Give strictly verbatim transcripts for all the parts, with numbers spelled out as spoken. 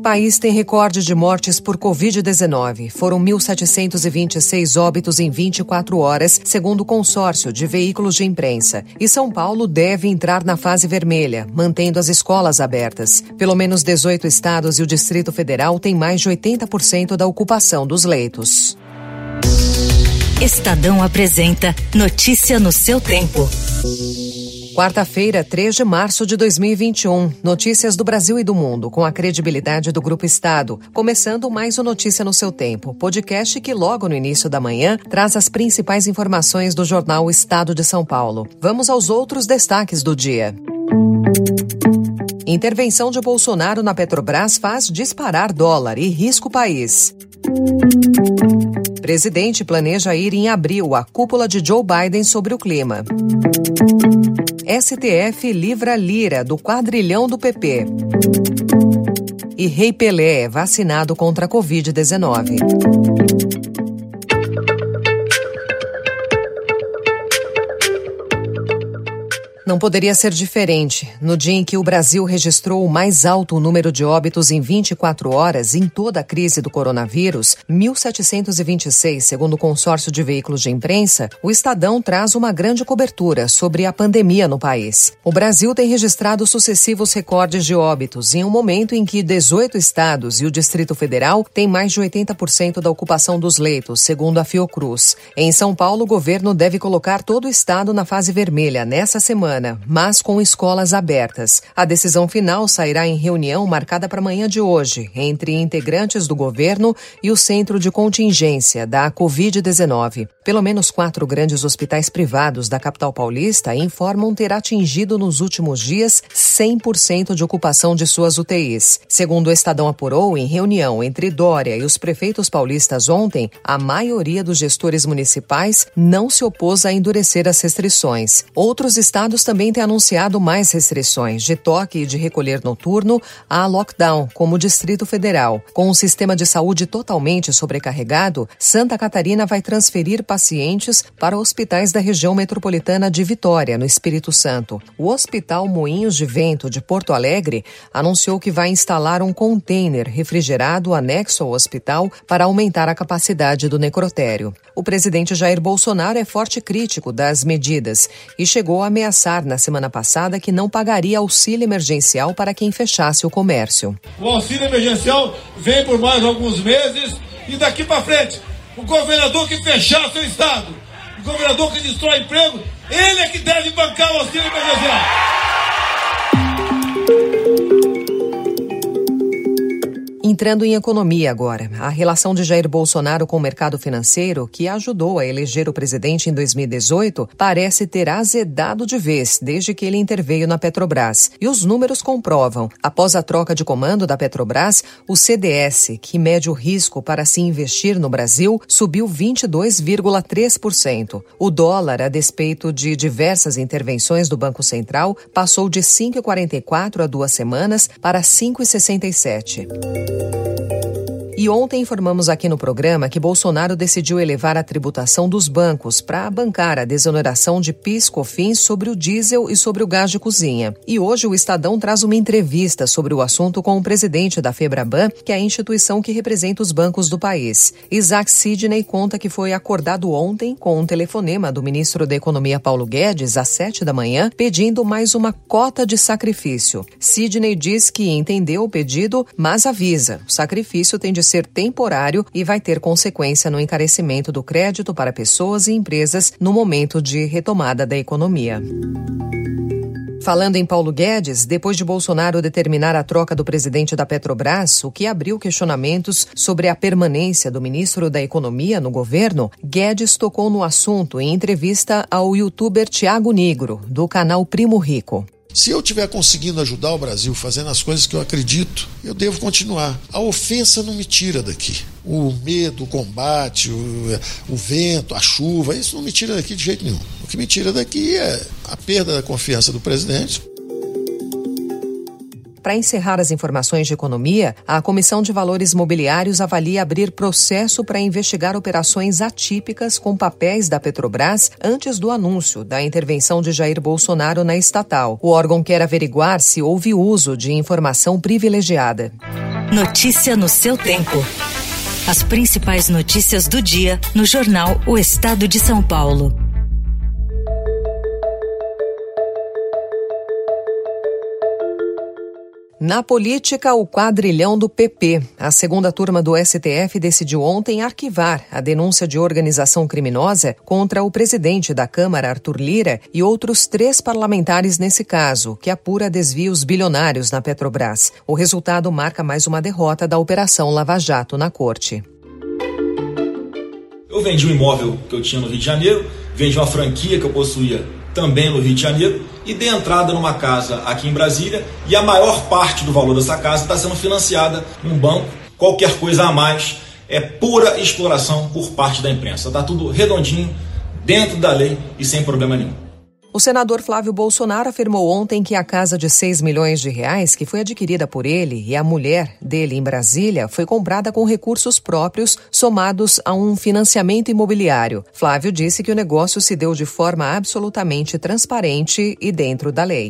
País tem recorde de mortes por covid dezenove. Foram mil setecentos e vinte e seis óbitos em vinte e quatro horas, segundo o consórcio de veículos de imprensa. E São Paulo deve entrar na fase vermelha, mantendo as escolas abertas. Pelo menos dezoito estados e o Distrito Federal têm mais de oitenta por cento da ocupação dos leitos. Estadão apresenta Notícia no seu tempo. Quarta-feira, três de março de dois mil e vinte e um. Notícias do Brasil e do mundo, com a credibilidade do Grupo Estado. Começando mais o Notícia no seu tempo, podcast que logo no início da manhã traz as principais informações do jornal Estado de São Paulo. Vamos aos outros destaques do dia. Intervenção de Bolsonaro na Petrobras faz disparar dólar e risca o país. Presidente planeja ir em abril à cúpula de Joe Biden sobre o clima. S T F livra Lira do quadrilhão do P P. E Rei Pelé é vacinado contra a covid dezenove. Não poderia ser diferente. No dia em que o Brasil registrou o mais alto número de óbitos em vinte e quatro horas em toda a crise do coronavírus, mil setecentos e vinte e seis, segundo o consórcio de veículos de imprensa, o Estadão traz uma grande cobertura sobre a pandemia no país. O Brasil tem registrado sucessivos recordes de óbitos em um momento em que dezoito estados e o Distrito Federal têm mais de oitenta por cento da ocupação dos leitos, segundo a Fiocruz. Em São Paulo, o governo deve colocar todo o estado na fase vermelha nessa semana, mas com escolas abertas. A decisão final sairá em reunião marcada para amanhã de hoje, entre integrantes do governo e o Centro de Contingência da covid dezenove. Pelo menos quatro grandes hospitais privados da capital paulista informam ter atingido nos últimos dias cem por cento de ocupação de suas U T Is. Segundo o Estadão apurou, em reunião entre Dória e os prefeitos paulistas ontem, a maioria dos gestores municipais não se opôs a endurecer as restrições. Outros estados também tem anunciado mais restrições, de toque e de recolher noturno a lockdown, como o Distrito Federal. Com o sistema de saúde totalmente sobrecarregado, Santa Catarina vai transferir pacientes para hospitais da região metropolitana de Vitória, no Espírito Santo. O Hospital Moinhos de Vento de Porto Alegre anunciou que vai instalar um container refrigerado anexo ao hospital para aumentar a capacidade do necrotério. O presidente Jair Bolsonaro é forte crítico das medidas e chegou a ameaçar na semana passada que não pagaria auxílio emergencial para quem fechasse o comércio. O auxílio emergencial vem por mais alguns meses e daqui para frente, o governador que fechar seu estado, o governador que destrói emprego, ele é que deve bancar o auxílio emergencial. Entrando em economia agora, a relação de Jair Bolsonaro com o mercado financeiro, que ajudou a eleger o presidente em dois mil e dezoito, parece ter azedado de vez desde que ele interveio na Petrobras. E os números comprovam. Após a troca de comando da Petrobras, o C D S, que mede o risco para se investir no Brasil, subiu vinte e dois vírgula três por cento. O dólar, a despeito de diversas intervenções do Banco Central, passou de cinco vírgula quarenta e quatro há duas semanas para cinco vírgula sessenta e sete. E ontem informamos aqui no programa que Bolsonaro decidiu elevar a tributação dos bancos para bancar a desoneração de PIS, COFINS sobre o diesel e sobre o gás de cozinha. E hoje o Estadão traz uma entrevista sobre o assunto com o presidente da FEBRABAN, que é a instituição que representa os bancos do país. Isaac Sidney conta que foi acordado ontem com um telefonema do ministro da Economia Paulo Guedes às sete da manhã, pedindo mais uma cota de sacrifício. Sidney diz que entendeu o pedido, mas avisa, o sacrifício tem de ser temporário e vai ter consequência no encarecimento do crédito para pessoas e empresas no momento de retomada da economia. Falando em Paulo Guedes, depois de Bolsonaro determinar a troca do presidente da Petrobras, o que abriu questionamentos sobre a permanência do ministro da Economia no governo, Guedes tocou no assunto em entrevista ao youtuber Thiago Nigro, do canal Primo Rico. Se eu estiver conseguindo ajudar o Brasil fazendo as coisas que eu acredito, eu devo continuar. A ofensa não me tira daqui. O medo, o combate, o, o vento, a chuva, isso não me tira daqui de jeito nenhum. O que me tira daqui é a perda da confiança do presidente. Para encerrar as informações de economia, a Comissão de Valores Mobiliários avalia abrir processo para investigar operações atípicas com papéis da Petrobras antes do anúncio da intervenção de Jair Bolsonaro na estatal. O órgão quer averiguar se houve uso de informação privilegiada. Notícia no seu tempo. As principais notícias do dia no jornal O Estado de São Paulo. Na política, o quadrilhão do P P. A segunda turma do S T F decidiu ontem arquivar a denúncia de organização criminosa contra o presidente da Câmara, Arthur Lira, e outros três parlamentares nesse caso, que apura desvios bilionários na Petrobras. O resultado marca mais uma derrota da Operação Lava Jato na Corte. Eu vendi um imóvel que eu tinha no Rio de Janeiro, vendi uma franquia que eu possuía também no Rio de Janeiro, e dei entrada numa casa aqui em Brasília, e a maior parte do valor dessa casa está sendo financiada num banco. Qualquer coisa a mais é pura exploração por parte da imprensa. Está tudo redondinho, dentro da lei e sem problema nenhum. O senador Flávio Bolsonaro afirmou ontem que a casa de seis milhões de reais, que foi adquirida por ele e a mulher dele em Brasília, foi comprada com recursos próprios somados a um financiamento imobiliário. Flávio disse que o negócio se deu de forma absolutamente transparente e dentro da lei.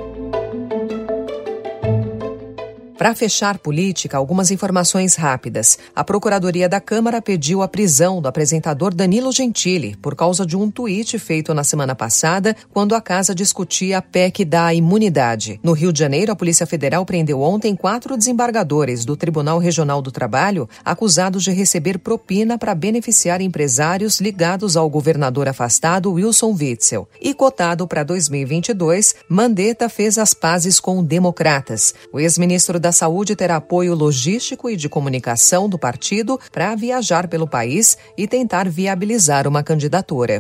Para fechar política, algumas informações rápidas. A Procuradoria da Câmara pediu a prisão do apresentador Danilo Gentili por causa de um tweet feito na semana passada, quando a casa discutia a P E C da imunidade. No Rio de Janeiro, a Polícia Federal prendeu ontem quatro desembargadores do Tribunal Regional do Trabalho acusados de receber propina para beneficiar empresários ligados ao governador afastado Wilson Witzel. E cotado para dois mil e vinte e dois, Mandetta fez as pazes com democratas. O ex-ministro da Saúde terá apoio logístico e de comunicação do partido para viajar pelo país e tentar viabilizar uma candidatura.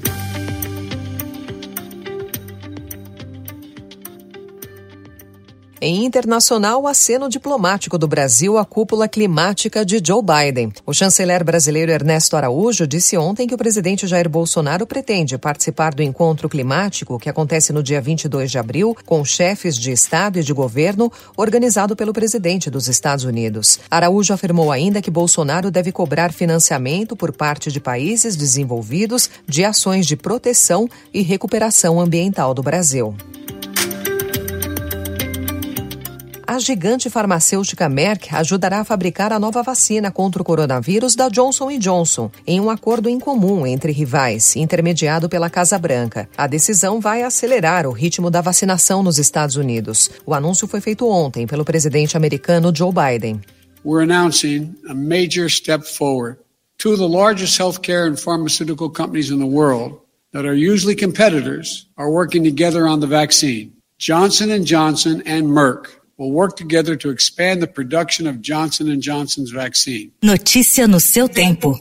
Em internacional, aceno diplomático do Brasil à cúpula climática de Joe Biden. O chanceler brasileiro Ernesto Araújo disse ontem que o presidente Jair Bolsonaro pretende participar do encontro climático que acontece no dia vinte e dois de abril com chefes de Estado e de governo, organizado pelo presidente dos Estados Unidos. Araújo afirmou ainda que Bolsonaro deve cobrar financiamento por parte de países desenvolvidos de ações de proteção e recuperação ambiental do Brasil. A gigante farmacêutica Merck ajudará a fabricar a nova vacina contra o coronavírus da Johnson e Johnson, em um acordo em comum entre rivais, intermediado pela Casa Branca. A decisão vai acelerar o ritmo da vacinação nos Estados Unidos. O anúncio foi feito ontem pelo presidente americano Joe Biden. We're announcing a major step forward. Two of the largest healthcare and pharmaceutical companies in the world that are usually competitors are working together on the vaccine. Johnson and Johnson and Merck will work together to expand the production of Johnson and Johnson's vaccine. Notícia no seu tempo.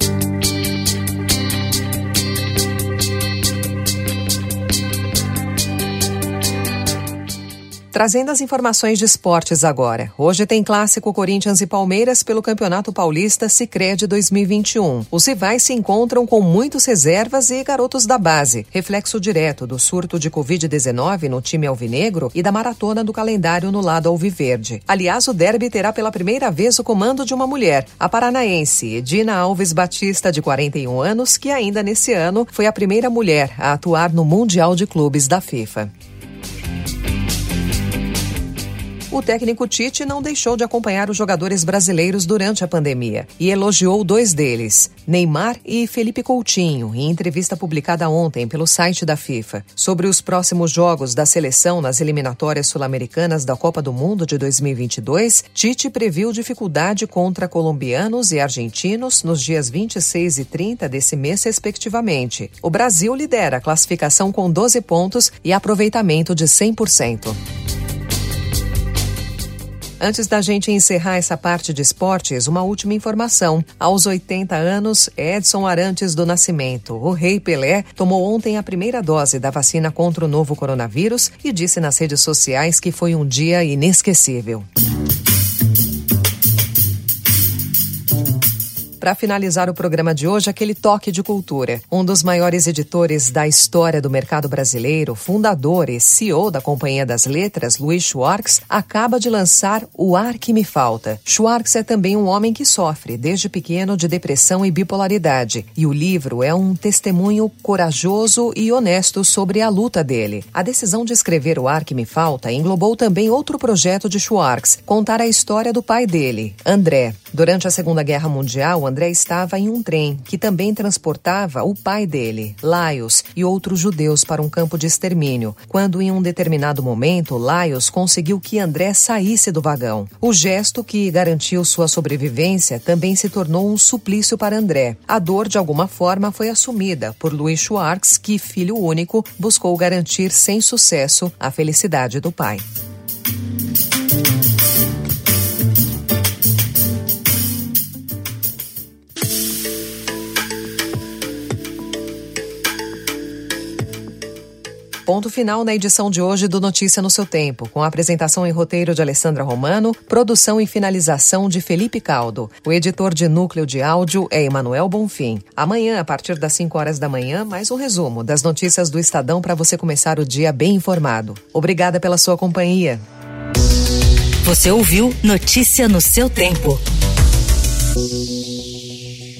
Trazendo as informações de esportes agora. Hoje tem clássico Corinthians e Palmeiras pelo Campeonato Paulista Sicredi dois mil e vinte e um. Os rivais se encontram com muitos reservas e garotos da base, reflexo direto do surto de covid dezenove no time alvinegro e da maratona do calendário no lado alviverde. Aliás, o derby terá pela primeira vez o comando de uma mulher, a paranaense Edina Alves Batista, de quarenta e um anos, que ainda nesse ano foi a primeira mulher a atuar no Mundial de Clubes da FIFA. O técnico Tite não deixou de acompanhar os jogadores brasileiros durante a pandemia e elogiou dois deles, Neymar e Felipe Coutinho, em entrevista publicada ontem pelo site da FIFA. Sobre os próximos jogos da seleção nas eliminatórias sul-americanas da Copa do Mundo de dois mil e vinte e dois, Tite previu dificuldade contra colombianos e argentinos nos dias vinte e seis e trinta desse mês, respectivamente. O Brasil lidera a classificação com doze pontos e aproveitamento de cem por cento. Antes da gente encerrar essa parte de esportes, uma última informação. Aos oitenta anos, Edson Arantes do Nascimento, o Rei Pelé, tomou ontem a primeira dose da vacina contra o novo coronavírus e disse nas redes sociais que foi um dia inesquecível. para finalizar o programa de hoje, aquele toque de cultura. Um dos maiores editores da história do mercado brasileiro, fundador e C E O da Companhia das Letras, Luiz Schwartz, acaba de lançar O Ar Que Me Falta. Schwartz é também um homem que sofre, desde pequeno, de depressão e bipolaridade. E o livro é um testemunho corajoso e honesto sobre a luta dele. A decisão de escrever O Ar Que Me Falta englobou também outro projeto de Schwartz, contar a história do pai dele, André. Durante a Segunda Guerra Mundial, André estava em um trem que também transportava o pai dele, Laios, e outros judeus para um campo de extermínio, quando em um determinado momento, Laios conseguiu que André saísse do vagão. O gesto que garantiu sua sobrevivência também se tornou um suplício para André. A dor, de alguma forma, foi assumida por Luiz Schwartz, que, filho único, buscou garantir sem sucesso a felicidade do pai. Ponto final na edição de hoje do Notícia no Seu Tempo, com a apresentação e roteiro de Alessandra Romano, produção e finalização de Felipe Caldo. O editor de núcleo de áudio é Emanuel Bonfim. Amanhã, a partir das cinco horas da manhã, mais um resumo das notícias do Estadão para você começar o dia bem informado. Obrigada pela sua companhia. Você ouviu Notícia no Seu Tempo.